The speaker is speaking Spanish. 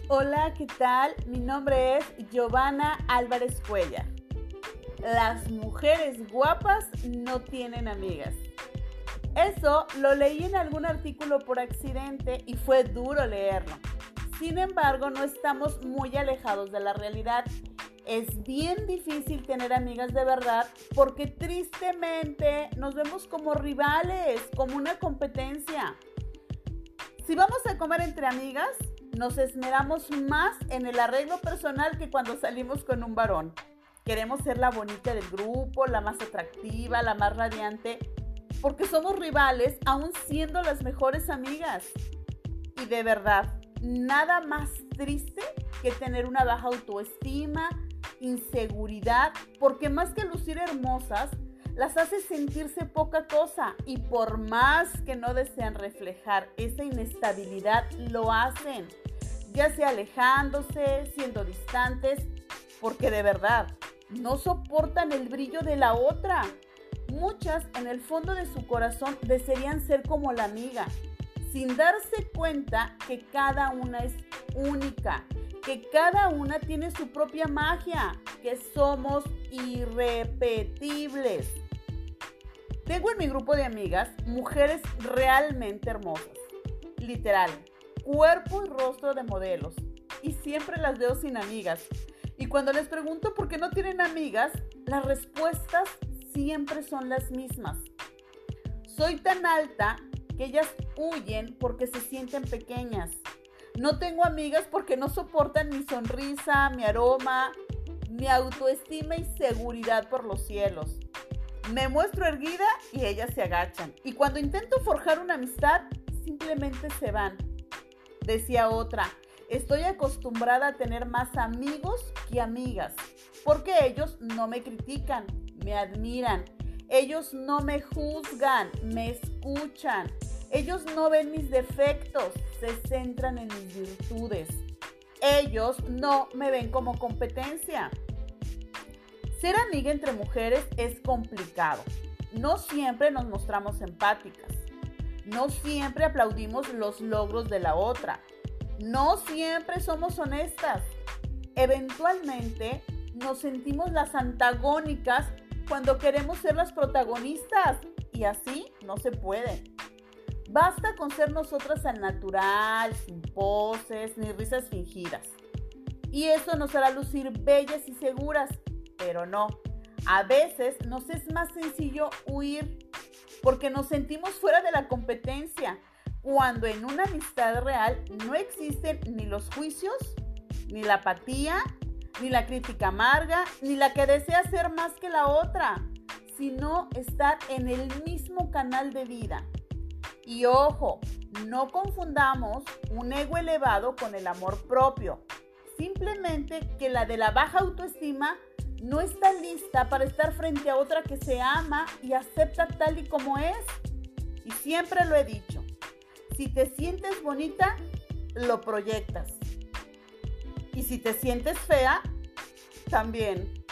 Hola, ¿qué tal? Mi nombre es Giovanna Álvarez Cuellar. Las mujeres guapas no tienen amigas. Eso lo leí en algún artículo por accidente y fue duro leerlo. Sin embargo, no estamos muy alejados de la realidad. Es bien difícil tener amigas de verdad porque tristemente nos vemos como rivales, como una competencia. Si vamos a comer entre amigas, nos esmeramos más en el arreglo personal que cuando salimos con un varón. Queremos ser la bonita del grupo, la más atractiva, la más radiante, porque somos rivales aún siendo las mejores amigas. Y de verdad, nada más triste que tener una baja autoestima, inseguridad, porque más que lucir hermosas, las hace sentirse poca cosa y por más que no desean reflejar esa inestabilidad, lo hacen, ya sea alejándose, siendo distantes, porque de verdad no soportan el brillo de la otra. Muchas en el fondo de su corazón desearían ser como la amiga, sin darse cuenta que cada una es única, que cada una tiene su propia magia, que somos irrepetibles. Tengo en mi grupo de amigas mujeres realmente hermosas, literal, cuerpo y rostro de modelos, y siempre las veo sin amigas. Y cuando les pregunto por qué no tienen amigas, las respuestas siempre son las mismas. Soy tan alta que ellas huyen porque se sienten pequeñas. No tengo amigas porque no soportan mi sonrisa, mi aroma, mi autoestima y seguridad por los cielos. Me muestro erguida y ellas se agachan. Y cuando intento forjar una amistad, simplemente se van. Decía otra, estoy acostumbrada a tener más amigos que amigas, porque ellos no me critican, me admiran. Ellos no me juzgan, me escuchan. Ellos no ven mis defectos, se centran en mis virtudes. Ellos no me ven como competencia. Ser amiga entre mujeres es complicado. No siempre nos mostramos empáticas. No siempre aplaudimos los logros de la otra. No siempre somos honestas. Eventualmente nos sentimos las antagónicas cuando queremos ser las protagonistas. Y así no se puede. Basta con ser nosotras al natural, sin poses ni risas fingidas. Y eso nos hará lucir bellas y seguras. Pero no, a veces nos es más sencillo huir porque nos sentimos fuera de la competencia, cuando en una amistad real no existen ni los juicios, ni la apatía, ni la crítica amarga, ni la que desea ser más que la otra, sino estar en el mismo canal de vida. Y ojo, no confundamos un ego elevado con el amor propio. Simplemente que la de la baja autoestima no está lista para estar frente a otra que se ama y acepta tal y como es. Y siempre lo he dicho, si te sientes bonita, lo proyectas. Y si te sientes fea, también.